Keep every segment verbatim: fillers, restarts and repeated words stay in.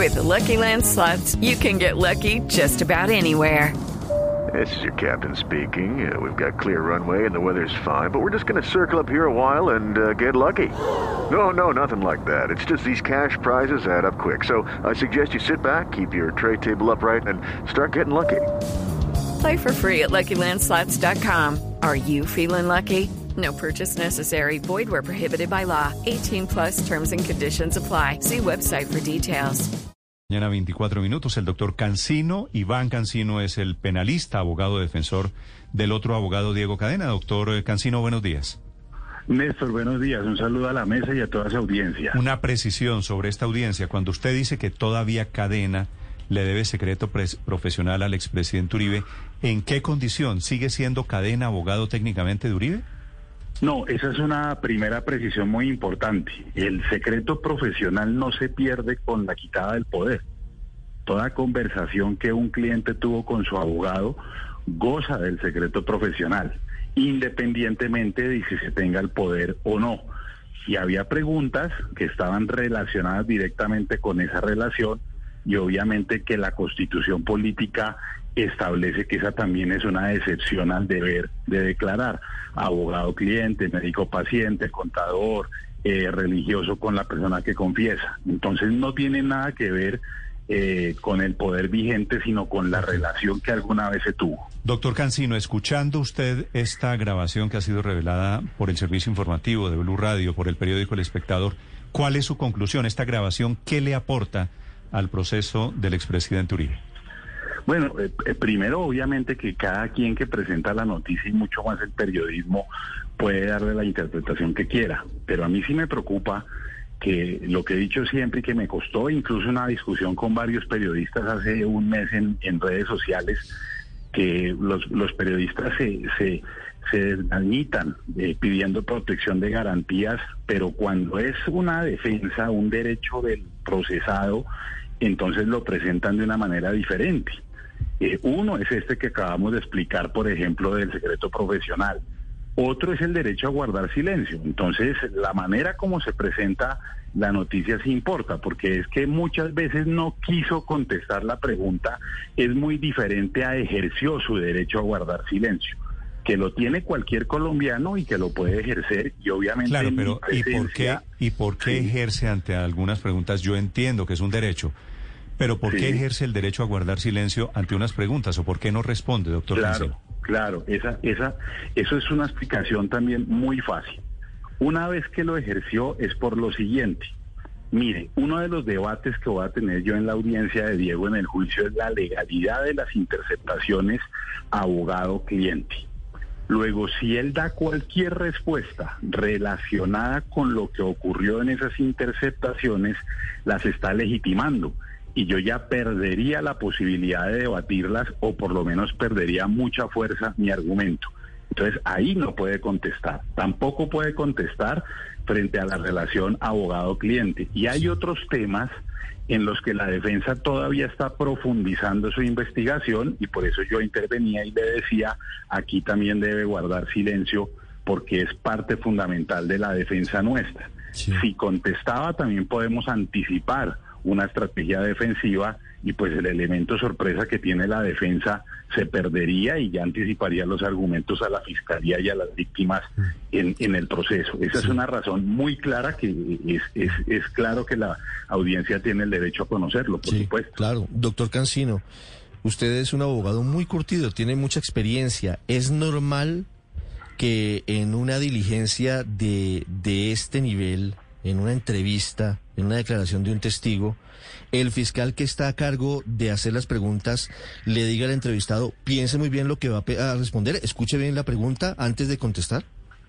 With the Lucky Land Slots, you can get lucky just about anywhere. This is your captain speaking. Uh, we've got clear runway and the weather's fine, but we're just going to circle up here a while and uh, get lucky. No, no, nothing like that. It's just these cash prizes add up quick. So I suggest you sit back, keep your tray table upright, and start getting lucky. Play for free at Lucky Land Slots dot com. Are you feeling lucky? No purchase necessary. Void where prohibited by law. eighteen plus terms and conditions apply. See website for details. Mañana veinticuatro minutos, el doctor Cancino, Iván Cancino es el penalista, abogado defensor del otro abogado Diego Cadena. Doctor Cancino, buenos días. Néstor, buenos días. Un saludo a la mesa y a toda su audiencia. Una precisión sobre esta audiencia. Cuando usted dice que todavía Cadena le debe secreto profesional al expresidente Uribe, ¿en qué condición? ¿Sigue siendo Cadena abogado técnicamente de Uribe? No, esa es una primera precisión muy importante. El secreto profesional no se pierde con la quitada del poder. Toda conversación que un cliente tuvo con su abogado goza del secreto profesional, independientemente de si se tenga el poder o no. Y había preguntas que estaban relacionadas directamente con esa relación y obviamente que la Constitución política establece que esa también es una excepción al deber de declarar. Abogado cliente, médico paciente, contador, eh, religioso con la persona que confiesa. Entonces no tiene nada que ver eh, con el poder vigente, sino con la relación que alguna vez se tuvo. Doctor Cancino, escuchando usted esta grabación que ha sido revelada por el servicio informativo de Blue Radio, por el periódico El Espectador, ¿cuál es su conclusión? ¿Esta grabación qué le aporta al proceso del expresidente Uribe? Bueno, eh, eh, primero obviamente que cada quien que presenta la noticia y mucho más el periodismo puede darle la interpretación que quiera, pero a mí sí me preocupa que lo que he dicho siempre y que me costó incluso una discusión con varios periodistas hace un mes en, en redes sociales, que los, los periodistas se, se, se desganitan eh, pidiendo protección de garantías, pero cuando es una defensa, un derecho del procesado, entonces lo presentan de una manera diferente. Eh, uno es este que acabamos de explicar, por ejemplo, del secreto profesional. Otro es el derecho a guardar silencio. Entonces, la manera como se presenta la noticia sí importa, porque es que muchas veces no quiso contestar la pregunta, es muy diferente a ejerció su derecho a guardar silencio, que lo tiene cualquier colombiano y que lo puede ejercer, y obviamente... Claro, pero presencia, ¿y por qué, y por qué sí. ejerce ante algunas preguntas? Yo entiendo que es un derecho, pero ¿por sí. qué ejerce el derecho a guardar silencio ante unas preguntas? ¿O por qué no responde, doctor Claro, Cancino? claro, esa, esa, eso es una explicación también muy fácil. Una vez que lo ejerció es por lo siguiente. Mire, uno de los debates que voy a tener yo en la audiencia de Diego en el juicio es la legalidad de las interceptaciones abogado-cliente. Luego, si él da cualquier respuesta relacionada con lo que ocurrió en esas interceptaciones, las está legitimando. Y yo ya perdería la posibilidad de debatirlas, o por lo menos perdería mucha fuerza mi argumento. Entonces ahí no puede contestar, tampoco puede contestar frente a la relación abogado-cliente. Y hay otros temas en los que la defensa todavía está profundizando su investigación, y por eso yo intervenía y le decía, aquí también debe guardar silencio, porque es parte fundamental de la defensa nuestra. Sí. Si contestaba, también podemos anticipar una estrategia defensiva, y pues el elemento sorpresa que tiene la defensa se perdería y ya anticiparía los argumentos a la fiscalía y a las víctimas en, en el proceso. Esa sí. es una razón muy clara, que es, es, es claro que la audiencia tiene el derecho a conocerlo, por sí, supuesto. Claro, doctor Cancino, usted es un abogado muy curtido, tiene mucha experiencia. ¿Es normal que en una diligencia de, de este nivel, en una entrevista, en una declaración de un testigo, el fiscal que está a cargo de hacer las preguntas le diga al entrevistado, piense muy bien lo que va a responder, escuche bien la pregunta antes de contestar?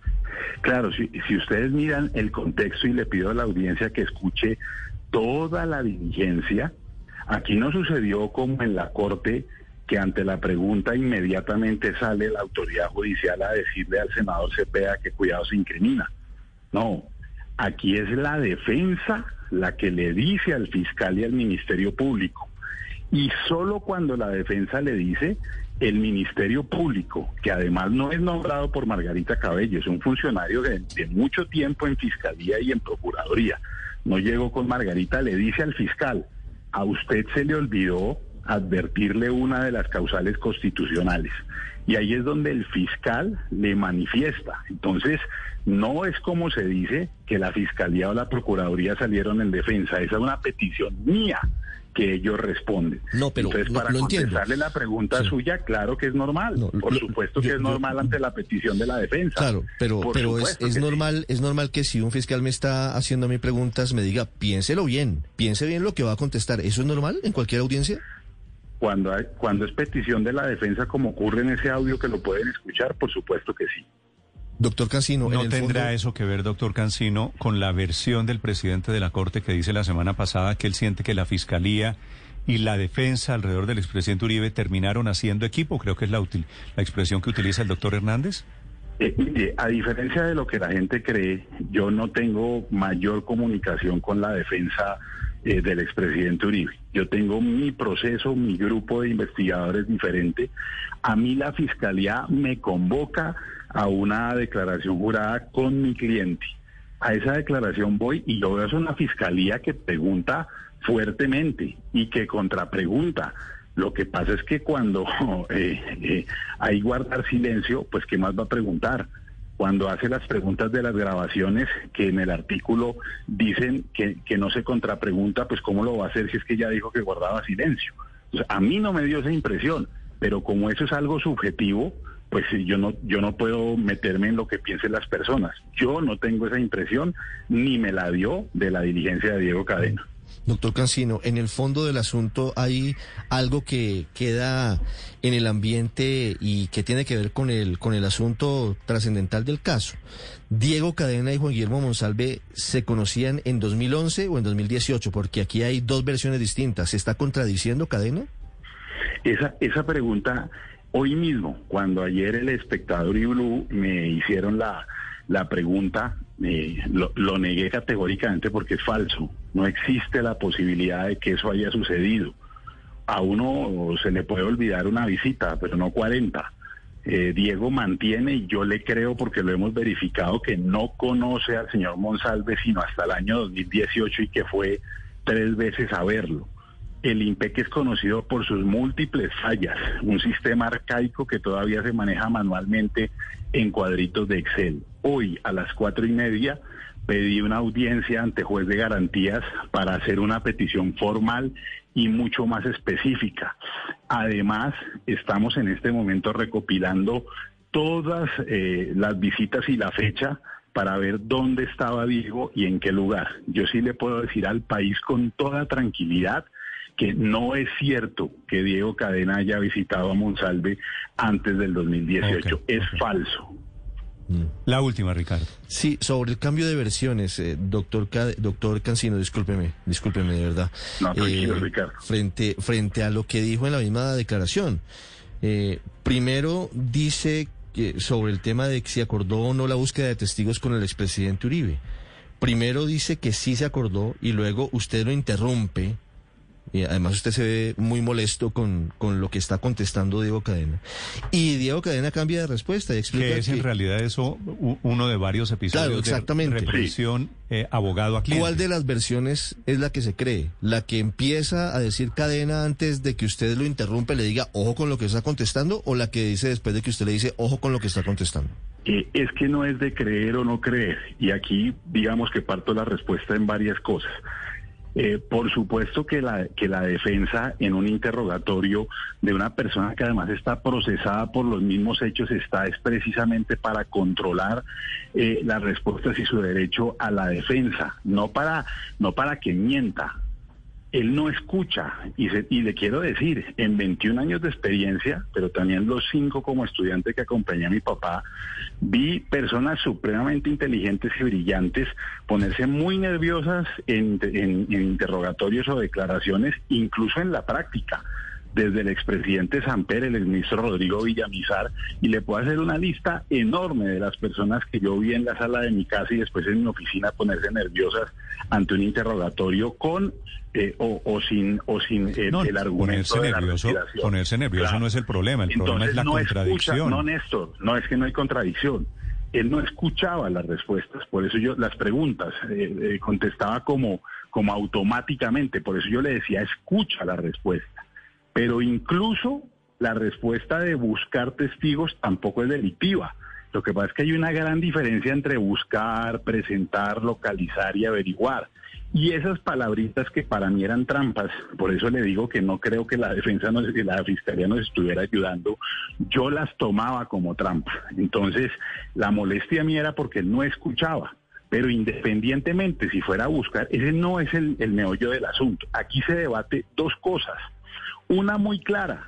Claro, si, si ustedes miran el contexto, y le pido a la audiencia que escuche toda la diligencia, aquí no sucedió como en la corte, que ante la pregunta inmediatamente sale la autoridad judicial a decirle al senador Cepeda que cuidado se incrimina. No, aquí es la defensa la que le dice al fiscal y al Ministerio Público. Y solo cuando la defensa le dice, el Ministerio Público, que además no es nombrado por Margarita Cabello, es un funcionario de, de mucho tiempo en Fiscalía y en Procuraduría, no llegó con Margarita, le dice al fiscal, a usted se le olvidó advertirle una de las causales constitucionales. Y ahí es donde el fiscal le manifiesta. Entonces, no es como se dice que la Fiscalía o la Procuraduría salieron en defensa. Esa es una petición mía que ellos responden. No, pero Entonces, para lo, lo contestarle entiendo. la pregunta Sí. suya, claro que es normal. No, Por lo, supuesto que yo, es normal yo, ante la petición de la defensa. Claro, pero, Por pero es, es normal, sí. es normal que si un fiscal me está haciendo a mí preguntas, me diga, piénselo bien, piense bien lo que va a contestar. ¿Eso es normal en cualquier audiencia? Cuando, hay, cuando es petición de la defensa, como ocurre en ese audio que lo pueden escuchar, por supuesto que sí. Doctor Cancino, ¿No en el tendrá fondo... eso que ver, doctor Cancino, con la versión del presidente de la Corte que dice la semana pasada que él siente que la Fiscalía y la defensa alrededor del expresidente Uribe terminaron haciendo equipo? Creo que es la, util, la expresión que utiliza el doctor Hernández. Eh, mire, a diferencia de lo que la gente cree, yo no tengo mayor comunicación con la defensa eh, del expresidente Uribe. Yo tengo mi proceso, mi grupo de investigadores diferente. A mí la Fiscalía me convoca a una declaración jurada con mi cliente. A esa declaración voy y yo veo es una Fiscalía que pregunta fuertemente y que contrapregunta. Lo que pasa es que cuando eh, eh, hay guardar silencio, pues ¿qué más va a preguntar? Cuando hace las preguntas de las grabaciones, que en el artículo dicen que, que no se contrapregunta, pues ¿cómo lo va a hacer si es que ya dijo que guardaba silencio? O sea, a mí no me dio esa impresión, pero como eso es algo subjetivo, pues yo no, yo no puedo meterme en lo que piensen las personas. Yo no tengo esa impresión, ni me la dio de la diligencia de Diego Cadena. Doctor Cancino, en el fondo del asunto hay algo que queda en el ambiente y que tiene que ver con el con el asunto trascendental del caso. ¿Diego Cadena y Juan Guillermo Monsalve se conocían en dos mil once o en dos mil dieciocho? Porque aquí hay dos versiones distintas. ¿Se está contradiciendo Cadena? Esa, esa pregunta, hoy mismo, cuando ayer el Espectador y Blue me hicieron la, la pregunta, eh, lo, lo negué categóricamente porque es falso. No existe la posibilidad de que eso haya sucedido. A uno se le puede olvidar una visita, pero no cuarenta. Eh, Diego mantiene, y yo le creo porque lo hemos verificado, que no conoce al señor Monsalve sino hasta el año dos mil dieciocho y que fue tres veces a verlo. El IMPEC es conocido por sus múltiples fallas, un sistema arcaico que todavía se maneja manualmente en cuadritos de Excel. Hoy a las cuatro y media pedí una audiencia ante juez de garantías para hacer una petición formal y mucho más específica. Además, estamos en este momento recopilando todas eh, las visitas y la fecha para ver dónde estaba Diego y en qué lugar. Yo sí le puedo decir al país con toda tranquilidad que no es cierto que Diego Cadena haya visitado a Monsalve antes del dos mil dieciocho. Okay, es okay. falso. La última, Ricardo. Sí, sobre el cambio de versiones, eh, doctor Ca- doctor Cancino, discúlpeme, discúlpeme de verdad. No, tranquilo, eh, Ricardo. Frente, frente a lo que dijo en la misma declaración. Eh, primero dice que sobre el tema de si acordó o no la búsqueda de testigos con el expresidente Uribe. Primero dice que sí se acordó y luego usted lo interrumpe. Y además usted se ve muy molesto con, con lo que está contestando Diego Cadena. Y Diego Cadena cambia de respuesta y explica que es que, en realidad eso uno de varios episodios claro, exactamente. de represión sí. eh, abogado a cliente. ¿Cuál de las versiones es la que se cree? ¿La que empieza a decir Cadena antes de que usted lo interrumpe, le diga ojo con lo que está contestando, o la que dice después de que usted le dice ojo con lo que está contestando? Eh, es que no es de creer o no creer. Y aquí digamos que parto la respuesta en varias cosas. Eh, por supuesto que la que la defensa en un interrogatorio de una persona que además está procesada por los mismos hechos está es precisamente para controlar eh, las respuestas y su derecho a la defensa, no para no para que mienta. Él no escucha y, se, y le quiero decir, en veintiún años de experiencia, pero también los cinco como estudiante que acompañé a mi papá, vi personas supremamente inteligentes y brillantes ponerse muy nerviosas en, en, en interrogatorios o declaraciones, incluso en la práctica. Desde el expresidente Samper, el exministro Rodrigo Villamizar, y le puedo hacer una lista enorme de las personas que yo vi en la sala de mi casa y después en mi oficina ponerse nerviosas ante un interrogatorio con eh, o, o sin o sin eh, no, el argumento ponerse de nervioso, la respiración. Ponerse nervioso claro. No es el problema, el Entonces, problema es la no contradicción. Escucha, no, Néstor, no es que no hay contradicción. Él no escuchaba las respuestas, por eso yo las preguntas eh, eh, contestaba como como automáticamente. Por eso yo le decía, escucha la respuesta. Pero incluso la respuesta de buscar testigos tampoco es delictiva. Lo que pasa es que hay una gran diferencia entre buscar, presentar, localizar y averiguar. Y esas palabritas que para mí eran trampas, por eso le digo que no creo que la defensa, nos, que la fiscalía nos estuviera ayudando, yo las tomaba como trampa. Entonces, la molestia mía era porque él no escuchaba. Pero independientemente, si fuera a buscar, ese no es el, el meollo del asunto. Aquí se debate dos cosas. Una muy clara,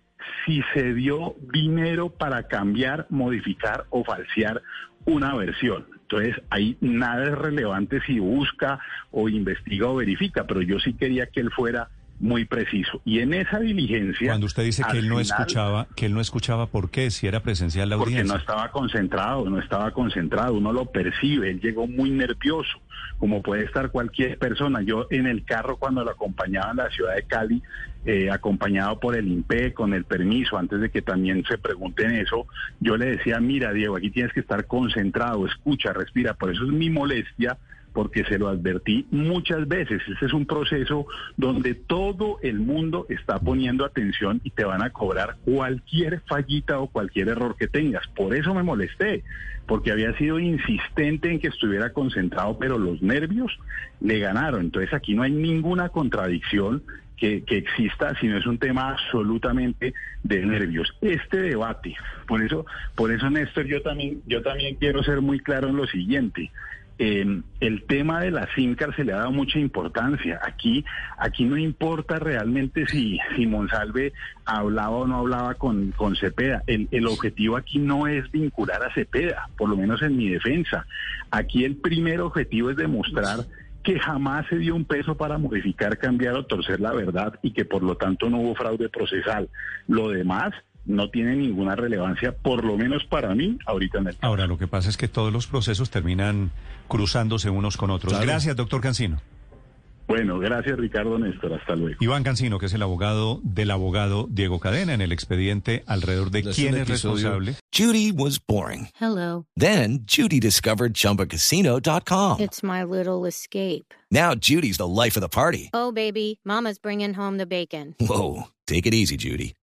si se dio dinero para cambiar, modificar o falsear una versión. Entonces, ahí nada es relevante si busca o investiga o verifica, pero yo sí quería que él fuera muy preciso. Y en esa diligencia... Cuando usted dice que él no final, escuchaba, que él no escuchaba, ¿por qué? Si era presencial la audiencia. Porque no estaba concentrado, no estaba concentrado, uno lo percibe, él llegó muy nervioso, como puede estar cualquier persona. Yo en el carro cuando lo acompañaba en la ciudad de Cali, eh, acompañado por el I N P E, con el permiso, antes de que también se pregunten eso, yo le decía, mira Diego, aquí tienes que estar concentrado, escucha, respira, por eso es mi molestia, porque se lo advertí muchas veces. Este es un proceso donde todo el mundo está poniendo atención y te van a cobrar cualquier fallita o cualquier error que tengas. Por eso me molesté, porque había sido insistente en que estuviera concentrado, pero los nervios le ganaron. Entonces aquí no hay ninguna contradicción que, que exista, sino es un tema absolutamente de nervios. Este debate, por eso, por eso Néstor, yo también, yo también quiero ser muy claro en lo siguiente. Eh, el tema de la SINCAR se le ha dado mucha importancia. Aquí, aquí no importa realmente si, si Monsalve hablaba o no hablaba con, con Cepeda. El, el objetivo aquí no es vincular a Cepeda, por lo menos en mi defensa. Aquí el primer objetivo es demostrar que jamás se dio un peso para modificar, cambiar o torcer la verdad y que por lo tanto no hubo fraude procesal. Lo demás no tiene ninguna relevancia, por lo menos para mí, ahorita en el caso. Ahora, lo que pasa es que todos los procesos terminan cruzándose unos con otros. Claro. Gracias, doctor Cancino. Bueno, gracias, Ricardo Néstor. Hasta luego. Iván Cancino, que es el abogado del abogado Diego Cadena, en el expediente alrededor de quién es responsable. Judy was boring. Hello. Then, Judy discovered Chumba Casino dot com. It's my little escape. Now, Judy's the life of the party. Oh, baby, mama's bringing home the bacon. Whoa, take it easy, Judy.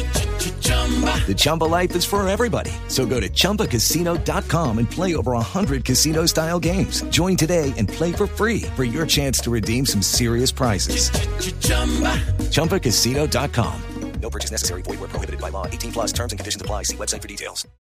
The Chumba life is for everybody. So go to Chumba Casino dot com and play over one hundred casino-style games. Join today and play for free for your chance to redeem some serious prizes. Chumba Casino dot com. No purchase necessary. Void where prohibited by law. eighteen plus terms and conditions apply. See website for details.